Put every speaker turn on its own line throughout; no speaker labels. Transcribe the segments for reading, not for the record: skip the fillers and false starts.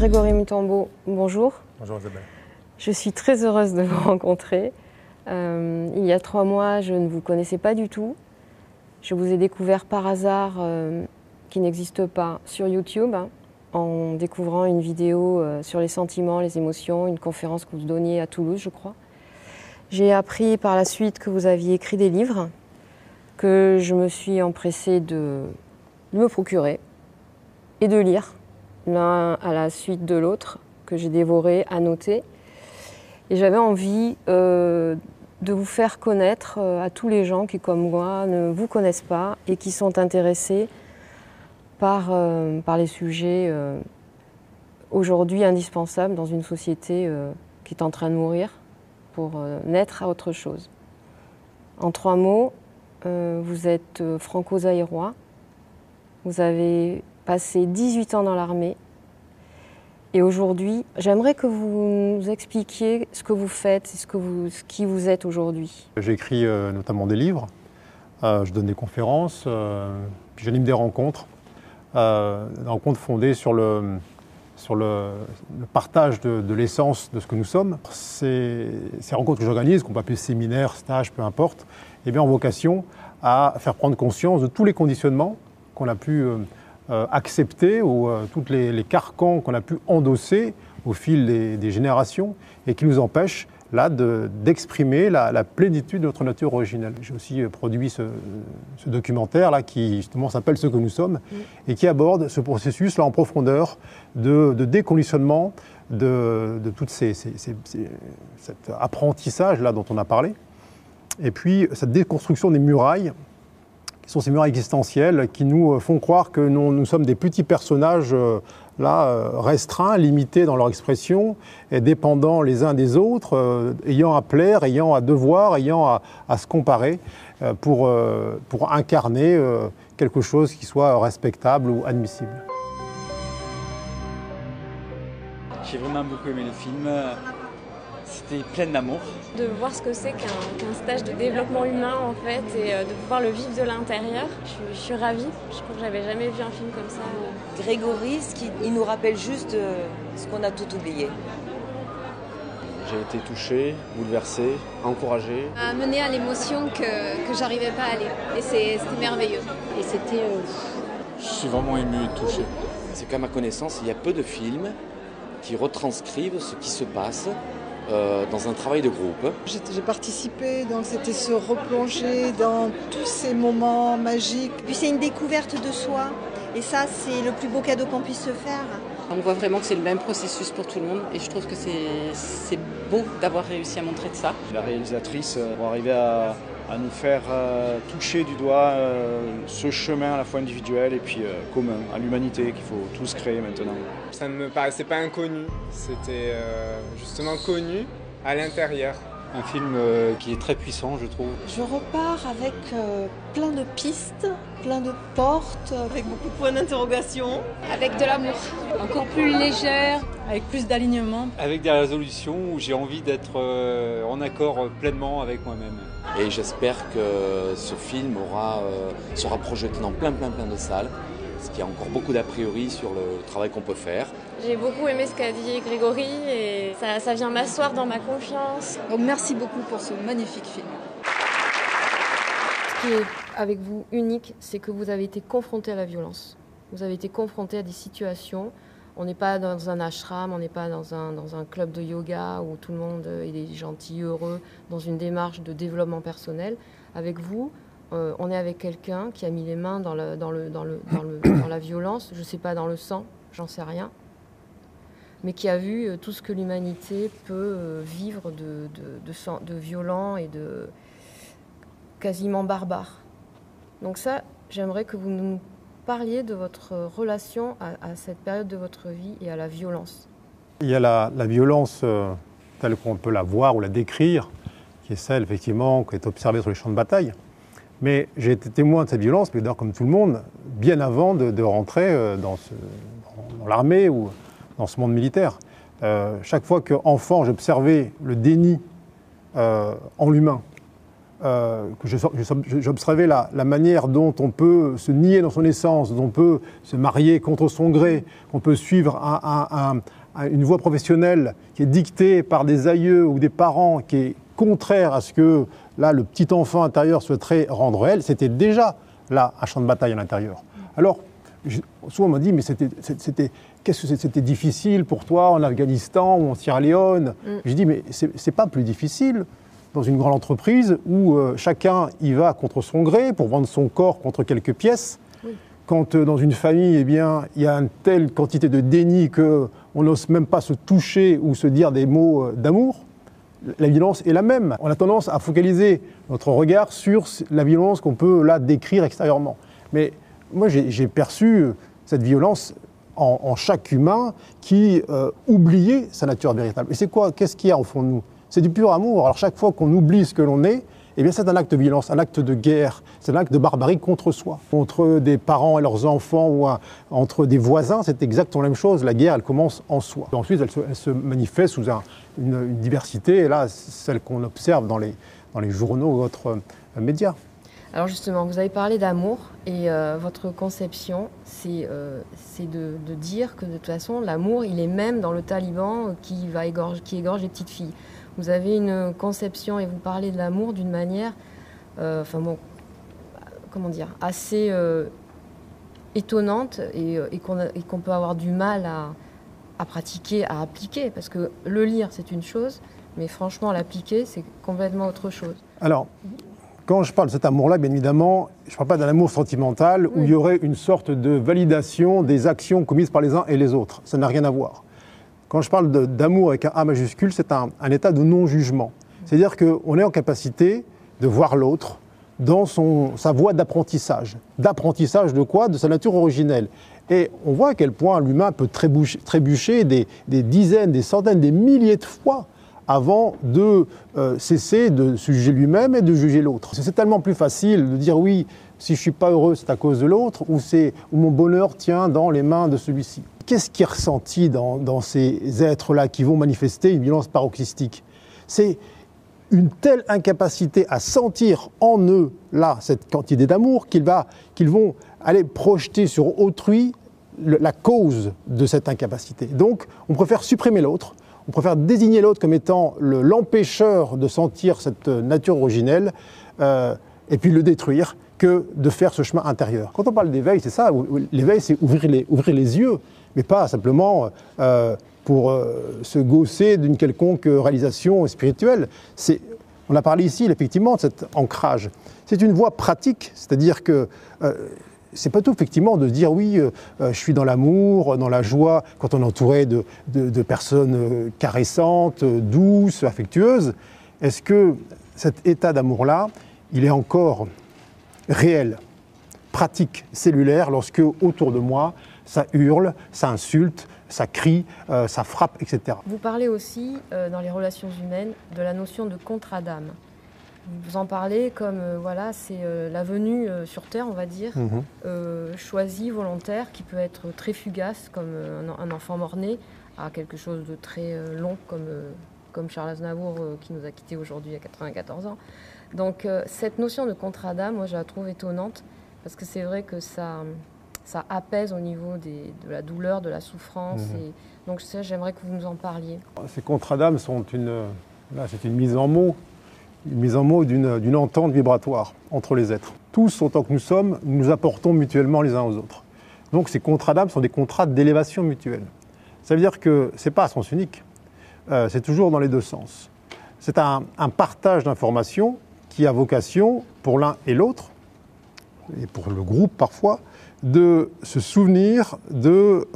Grégory Mutombo, bonjour.
Bonjour Isabelle.
Je suis très heureuse de vous rencontrer. Il y a 3 mois, je ne vous connaissais pas du tout. Je vous ai découvert par hasard, qui n'existe pas, sur YouTube, en découvrant une vidéo sur les sentiments, les émotions, une conférence que vous donniez à Toulouse, je crois. J'ai appris par la suite que vous aviez écrit des livres, que je me suis empressée de me procurer et de lire, l'un à la suite de l'autre, que j'ai dévoré, annoté. Et j'avais envie de vous faire connaître à tous les gens qui, comme moi, ne vous connaissent pas et qui sont intéressés par les sujets aujourd'hui indispensables dans une société qui est en train de mourir pour naître à autre chose. En 3 mots, vous êtes franco-zaïrois, vous avez passé 18 ans dans l'armée et aujourd'hui, j'aimerais que vous nous expliquiez ce que vous faites et ce qui vous êtes aujourd'hui.
J'écris notamment des livres, je donne des conférences, puis j'anime des rencontres fondées sur le partage de l'essence de ce que nous sommes. Ces rencontres que j'organise, qu'on peut appeler séminaires, stages, peu importe, eh bien, ont vocation à faire prendre conscience de tous les conditionnements qu'on a pu accepter ou tous les carcans qu'on a pu endosser au fil des générations et qui nous empêchent là d'exprimer la plénitude de notre nature originelle. J'ai aussi produit ce documentaire là qui justement s'appelle Ce que nous sommes et qui aborde ce processus là en profondeur de déconditionnement de tout cet apprentissage là dont on a parlé et puis cette déconstruction des murailles qui sont ces murailles existentielles qui nous font croire que nous sommes des petits personnages restreints, limités dans leur expression, et dépendants les uns des autres, ayant à plaire, ayant à devoir, ayant à se comparer pour incarner quelque chose qui soit respectable ou admissible.
J'ai vraiment beaucoup aimé le film. C'était plein d'amour.
De voir ce que c'est qu'un stage de développement humain en fait et de pouvoir le vivre de l'intérieur. Je suis ravie, je crois que j'avais jamais vu un film comme ça.
Grégory, il nous rappelle juste ce qu'on a tout oublié.
J'ai été touché, bouleversé, encouragé.
Amené à l'émotion que j'arrivais pas à aller. Et c'était merveilleux.
Et c'était...
Je suis vraiment ému et touché.
C'est qu'à ma connaissance, il y a peu de films qui retranscrivent ce qui se passe dans un travail de groupe.
J'ai participé, donc c'était se replonger dans tous ces moments magiques.
Puis c'est une découverte de soi, et ça c'est le plus beau cadeau qu'on puisse se faire.
On voit vraiment que c'est le même processus pour tout le monde, et je trouve que c'est beau d'avoir réussi à montrer de ça.
La réalisatrice va arriver à nous faire toucher du doigt ce chemin à la fois individuel et puis commun, à l'humanité qu'il faut tous créer maintenant.
Ça ne me paraissait pas inconnu, c'était justement connu à l'intérieur.
Un film qui est très puissant, je trouve.
Je repars avec plein de pistes, plein de portes, avec beaucoup de points d'interrogation.
Avec de l'amour.
Encore plus légère, avec plus d'alignement.
Avec des résolutions où j'ai envie d'être en accord pleinement avec moi-même.
Et j'espère que ce film sera projeté dans plein de salles, parce qu'il y a encore beaucoup d'a priori sur le travail qu'on peut faire.
J'ai beaucoup aimé ce qu'a dit Grégory et ça vient m'asseoir dans ma confiance.
Donc merci beaucoup pour ce magnifique film.
Ce qui est avec vous unique, c'est que vous avez été confronté à la violence. Vous avez été confronté à des situations. On n'est pas dans un ashram, on n'est pas dans un club de yoga où tout le monde est gentil, heureux, dans une démarche de développement personnel. Avec vous, on est avec quelqu'un qui a mis les mains dans la violence, je ne sais pas, dans le sang, j'en sais rien, mais qui a vu tout ce que l'humanité peut vivre de violent et de quasiment barbare. Donc ça, j'aimerais que vous nous parliez de votre relation à cette période de votre vie et à la violence.
Il y a la violence telle qu'on peut la voir ou la décrire, qui est celle effectivement qui est observée sur les champs de bataille. Mais j'ai été témoin de cette violence, mais d'ailleurs comme tout le monde, bien avant de rentrer dans l'armée ou dans ce monde militaire. Chaque fois qu'enfant, j'observais le déni en l'humain, j'observais la manière dont on peut se nier dans son essence, dont on peut se marier contre son gré, qu'on peut suivre une voie professionnelle qui est dictée par des aïeux ou des parents, qui est contraire à ce que là, le petit enfant intérieur souhaiterait rendre réel, c'était déjà là un champ de bataille à l'intérieur. Alors, souvent on m'a dit, mais qu'est-ce que c'était difficile pour toi en Afghanistan ou en Sierra Leone? Je dis, mais c'est pas plus difficile dans une grande entreprise où chacun y va contre son gré pour vendre son corps contre quelques pièces. Oui. Quand dans une famille, eh bien, il y a une telle quantité de déni qu'on n'ose même pas se toucher ou se dire des mots d'amour, la violence est la même. On a tendance à focaliser notre regard sur la violence qu'on peut là décrire extérieurement. Mais moi, j'ai perçu cette violence en chaque humain qui oubliait sa nature véritable. Et c'est quoi? Qu'est-ce qu'il y a au fond de nous? C'est du pur amour. Alors chaque fois qu'on oublie ce que l'on est, eh bien c'est un acte de violence, un acte de guerre, c'est un acte de barbarie contre soi. Contre des parents et leurs enfants ou entre des voisins, c'est exactement la même chose. La guerre, elle commence en soi. Ensuite, elle se manifeste sous une diversité, et là, celle qu'on observe dans les journaux ou autres médias.
Alors justement, vous avez parlé d'amour, et votre conception, c'est de dire que de toute façon, l'amour, il est même dans le taliban qui égorge les petites filles. Vous avez une conception et vous parlez de l'amour d'une manière, assez étonnante et qu'on peut avoir du mal à pratiquer, à appliquer. Parce que le lire, c'est une chose, mais franchement, l'appliquer, c'est complètement autre chose.
Alors, quand je parle de cet amour-là, bien évidemment, je ne parle pas d'un amour sentimental où il y aurait une sorte de validation des actions commises par les uns et les autres. Ça n'a rien à voir. Quand je parle d'amour avec un A majuscule, c'est un état de non-jugement. C'est-à-dire qu'on est en capacité de voir l'autre dans sa voie d'apprentissage. D'apprentissage de quoi? De sa nature originelle. Et on voit à quel point l'humain peut trébucher des dizaines, des centaines, des milliers de fois avant de cesser de se juger lui-même et de juger l'autre. C'est tellement plus facile de dire oui, si je ne suis pas heureux, c'est à cause de l'autre, ou mon bonheur tient dans les mains de celui-ci. Qu'est-ce qui est ressenti dans ces êtres-là qui vont manifester une violence paroxystique? C'est une telle incapacité à sentir en eux, là, cette quantité d'amour, qu'ils vont aller projeter sur autrui la cause de cette incapacité. Donc, on préfère supprimer l'autre, on préfère désigner l'autre comme étant l'empêcheur de sentir cette nature originelle, et puis le détruire, que de faire ce chemin intérieur. Quand on parle d'éveil, c'est ça, l'éveil, c'est ouvrir les yeux, mais pas simplement pour se gausser d'une quelconque réalisation spirituelle. On a parlé ici, effectivement, de cet ancrage. C'est une voie pratique, c'est-à-dire que c'est pas tout, effectivement, de dire oui, je suis dans l'amour, dans la joie, quand on est entouré de personnes caressantes, douces, affectueuses. Est-ce que cet état d'amour-là, il est encore réel, pratique, cellulaire, lorsque autour de moi, ça hurle, ça insulte, ça crie, ça frappe, etc.
Vous parlez aussi, dans les relations humaines, de la notion de contrat d'âme. Vous en parlez comme, c'est la venue sur Terre, on va dire, choisie, volontaire, qui peut être très fugace, comme un enfant mort-né, à quelque chose de très long, comme Charles Aznavour, qui nous a quittés aujourd'hui à 94 ans. Donc cette notion de contrat d'âme, moi je la trouve étonnante, parce que c'est vrai que ça apaise au niveau de la douleur, de la souffrance. Et donc j'aimerais que vous nous en parliez.
Ces contrats d'âme sont c'est une mise en mots d'une entente vibratoire entre les êtres. Tous, autant que nous sommes, nous apportons mutuellement les uns aux autres. Donc ces contrats d'âme sont des contrats d'élévation mutuelle. Ça veut dire que ce n'est pas à sens unique, c'est toujours dans les deux sens. C'est un partage d'informations qui a vocation, pour l'un et l'autre, et pour le groupe parfois, de se souvenir de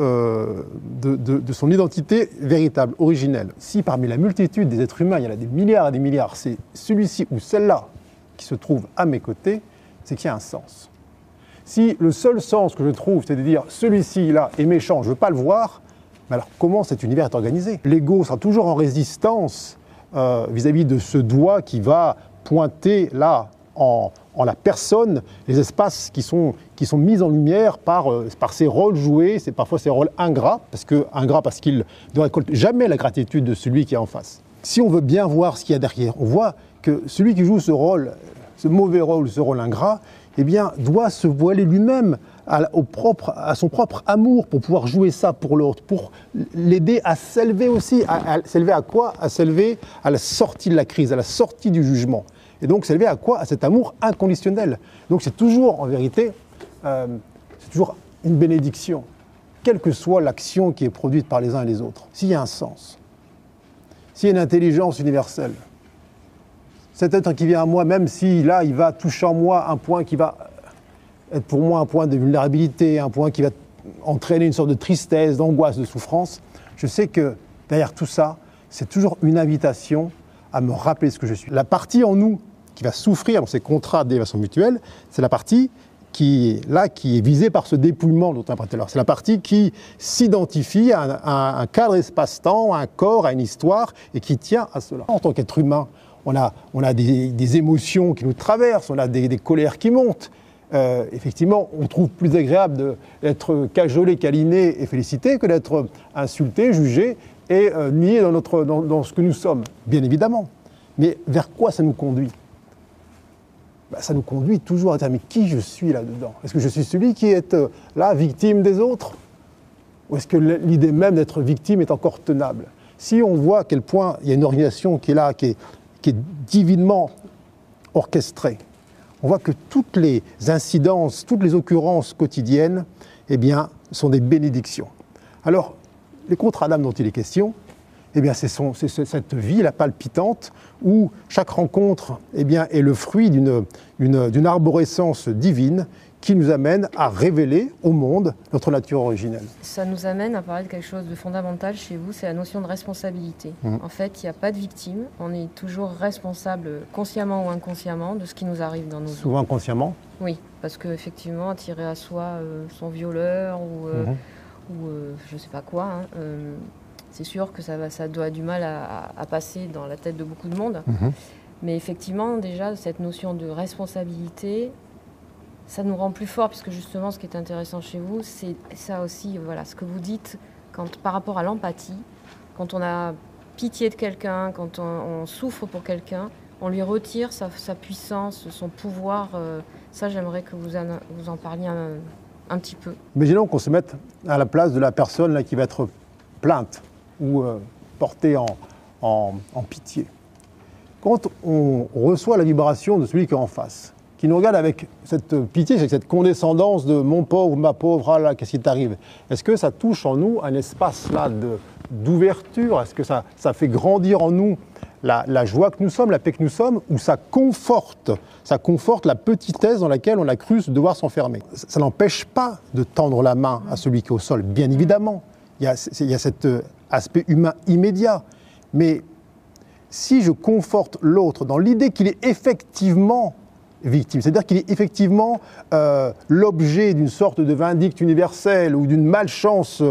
son identité véritable, originelle. Si parmi la multitude des êtres humains, il y en a des milliards et des milliards, c'est celui-ci ou celle-là qui se trouve à mes côtés, c'est qu'il y a un sens. Si le seul sens que je trouve, c'est de dire celui-ci là est méchant, je ne veux pas le voir, mais alors comment cet univers est organisé? L'ego sera toujours en résistance vis-à-vis de ce doigt qui va pointer là, en la personne, les espaces qui sont mis en lumière par ces rôles joués, c'est parfois ces rôles ingrats, parce qu'il ne récolte jamais la gratitude de celui qui est en face. Si on veut bien voir ce qu'il y a derrière, on voit que celui qui joue ce rôle ce mauvais rôle, ce rôle ingrat, eh bien, doit se voiler lui-même à son propre amour pour pouvoir jouer ça pour l'autre, pour l'aider à s'élever aussi. À s'élever à quoi? À s'élever à la sortie de la crise, à la sortie du jugement. Et donc s'élever à quoi? À cet amour inconditionnel. Donc c'est toujours, en vérité, c'est toujours une bénédiction, quelle que soit l'action qui est produite par les uns et les autres. S'il y a un sens, s'il y a une intelligence universelle, cet être qui vient à moi, même si là, il va toucher en moi un point qui va être pour moi un point de vulnérabilité, un point qui va entraîner une sorte de tristesse, d'angoisse, de souffrance, je sais que derrière tout ça, c'est toujours une invitation à me rappeler ce que je suis. La partie en nous qui va souffrir dans ces contrats d'élévation mutuelle, c'est la partie qui est visée par ce dépouillement dont on a parlé tout à l'heure. C'est la partie qui s'identifie à un cadre espace-temps, à un corps, à une histoire, et qui tient à cela. En tant qu'être humain, on a des émotions qui nous traversent, on a des colères qui montent. Effectivement, on trouve plus agréable d'être cajolé, câliné et félicité que d'être insulté, jugé et nié dans ce que nous sommes, bien évidemment. Mais vers quoi ça nous conduit? Ça nous conduit toujours à dire, mais qui je suis là-dedans? Est-ce que je suis celui qui est là, victime des autres? Ou est-ce que l'idée même d'être victime est encore tenable? Si on voit à quel point il y a une organisation qui est là, qui est divinement orchestrée, on voit que toutes les incidences, toutes les occurrences quotidiennes, eh bien, sont des bénédictions. Alors, les contrats d'âme dont il est question, eh bien, c'est cette vie, la palpitante, où chaque rencontre, eh bien, est le fruit d'une arborescence divine qui nous amène à révéler au monde notre nature originelle.
Ça nous amène à parler de quelque chose de fondamental chez vous, c'est la notion de responsabilité. En fait, il n'y a pas de victime, on est toujours responsable, consciemment ou inconsciemment, de ce qui nous arrive dans nos vies.
Souvent inconsciemment?
Oui, parce qu'effectivement, attirer à soi son violeur ou je ne sais pas quoi, c'est sûr que ça doit du mal à passer dans la tête de beaucoup de monde. Mais effectivement, déjà, cette notion de responsabilité, ça nous rend plus forts, puisque justement, ce qui est intéressant chez vous, c'est ça aussi, voilà, ce que vous dites par rapport à l'empathie. Quand on a pitié de quelqu'un, quand on souffre pour quelqu'un, on lui retire sa puissance, son pouvoir. Ça, j'aimerais que vous en parliez un petit peu.
Imaginons qu'on se mette à la place de la personne là, qui va être plainte ou portée en pitié. Quand on reçoit la vibration de celui qui est en face, qui nous regarde avec cette pitié, avec cette condescendance de « mon pauvre, ma pauvre, ah là, qu'est-ce qui t'arrive ?» Est-ce que ça touche en nous un espace là d'ouverture? Est-ce que ça fait grandir en nous la joie que nous sommes, la paix que nous sommes, ou ça conforte la petitesse dans laquelle on a cru devoir s'enfermer? Ça n'empêche pas de tendre la main à celui qui est au sol, bien évidemment. Il y a cet aspect humain immédiat. Mais si je conforte l'autre dans l'idée qu'il est effectivement victime, c'est-à-dire qu'il est effectivement l'objet d'une sorte de vindicte universelle ou d'une malchance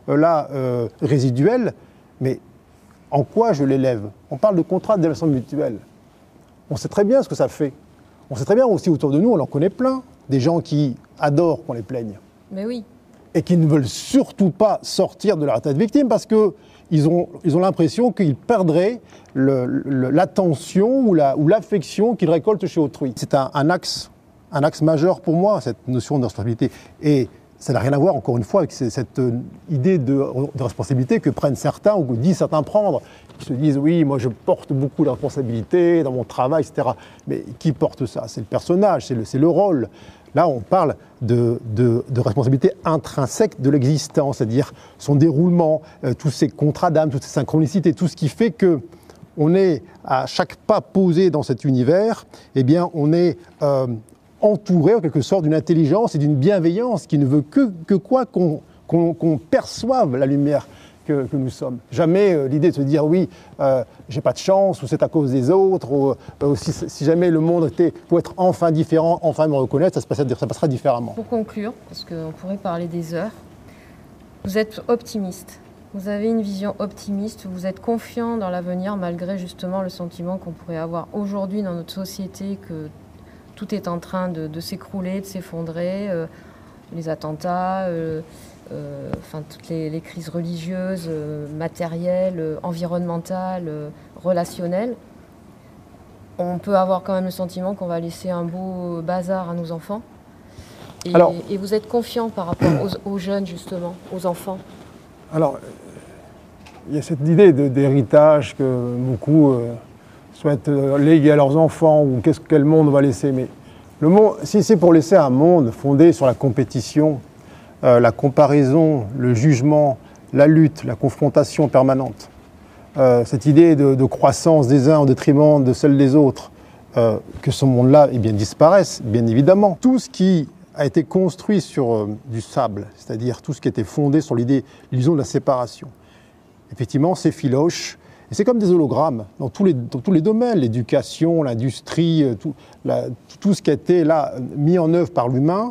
résiduelle, mais en quoi je l'élève? On parle de contrat d'élévation mutuelle. On sait très bien ce que ça fait. On sait très bien aussi autour de nous, on en connaît plein, des gens qui adorent qu'on les plaigne.
Mais oui.
Et qui ne veulent surtout pas sortir de leur état de victime parce qu'ils ont l'impression qu'ils perdraient l'attention ou l'affection qu'ils récoltent chez autrui. C'est un axe majeur pour moi, cette notion de responsabilité. Et ça n'a rien à voir, encore une fois, avec cette idée de responsabilité que prennent certains ou que disent certains prendre. Ils se disent, oui, moi je porte beaucoup de responsabilités dans mon travail, etc. Mais qui porte ça? C'est le personnage, c'est le rôle. Là, on parle de responsabilité intrinsèque de l'existence, c'est-à-dire son déroulement, tous ces contrats d'âme, toutes ces synchronicités, tout ce qui fait que on est, à chaque pas posé dans cet univers, eh bien, on est entouré, en quelque sorte, d'une intelligence et d'une bienveillance qui ne veut que quoi qu'on perçoive la lumière que nous sommes. Jamais l'idée de se dire oui, j'ai pas de chance, ou c'est à cause des autres, ou si jamais le monde pouvait être enfin différent, enfin me reconnaître, ça passera différemment.
Pour conclure, parce qu'on pourrait parler des heures, vous êtes optimiste. Vous avez une vision optimiste, vous êtes confiant dans l'avenir malgré justement le sentiment qu'on pourrait avoir aujourd'hui dans notre société que tout est en train de s'écrouler, de s'effondrer, les attentats, toutes les crises religieuses, matérielles, environnementales, relationnelles. on peut avoir quand même le sentiment qu'on va laisser un beau bazar à nos enfants. Et vous êtes confiant par rapport aux jeunes, justement, aux enfants?
Alors, il y a cette idée d'héritage que beaucoup souhaitent léguer à leurs enfants, ou quel monde on va laisser. Mais le monde, si c'est pour laisser un monde fondé sur la compétition, la comparaison, le jugement, la lutte, la confrontation permanente, cette idée de croissance des uns au détriment de celle des autres, que ce monde-là disparaisse, bien évidemment. Tout ce qui a été construit sur du sable, c'est-à-dire tout ce qui était fondé sur l'illusion de la séparation. Effectivement, c'est filoche, et c'est comme des hologrammes dans tous les domaines, l'éducation, l'industrie, tout ce qui a été là mis en œuvre par l'humain,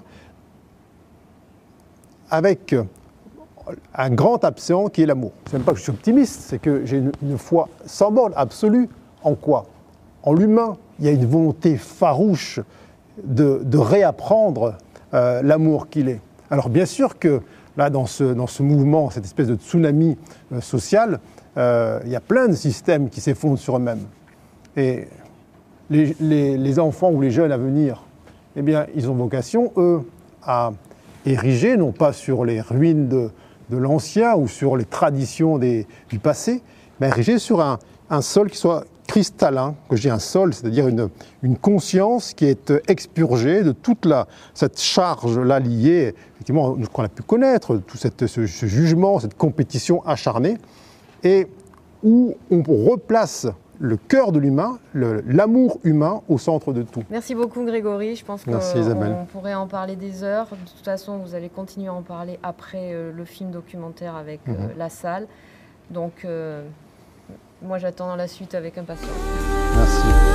avec un grand absent qui est l'amour. C'est même pas que je suis optimiste, c'est que j'ai une foi sans borne, absolue. En quoi? En l'humain. Il y a une volonté farouche de réapprendre l'amour qu'il est. Alors bien sûr que là, dans ce mouvement, cette espèce de tsunami social, il y a plein de systèmes qui s'effondrent sur eux-mêmes. Et les enfants ou les jeunes à venir, eh bien, ils ont vocation, eux, à ériger, non pas sur les ruines de l'ancien ou sur les traditions du passé, mais ériger sur un sol qui soit cristallin, que j'ai un sol, c'est-à-dire une conscience qui est expurgée de toute cette charge-là liée, effectivement, qu'on a pu connaître, tout ce jugement, cette compétition acharnée, et où on replace le cœur de l'humain, l'amour humain au centre de tout.
Merci beaucoup Grégory, je pense qu'on pourrait en parler des heures. De toute façon, vous allez continuer à en parler après le film documentaire avec La Salle. Donc, moi j'attends la suite avec impatience.
Merci.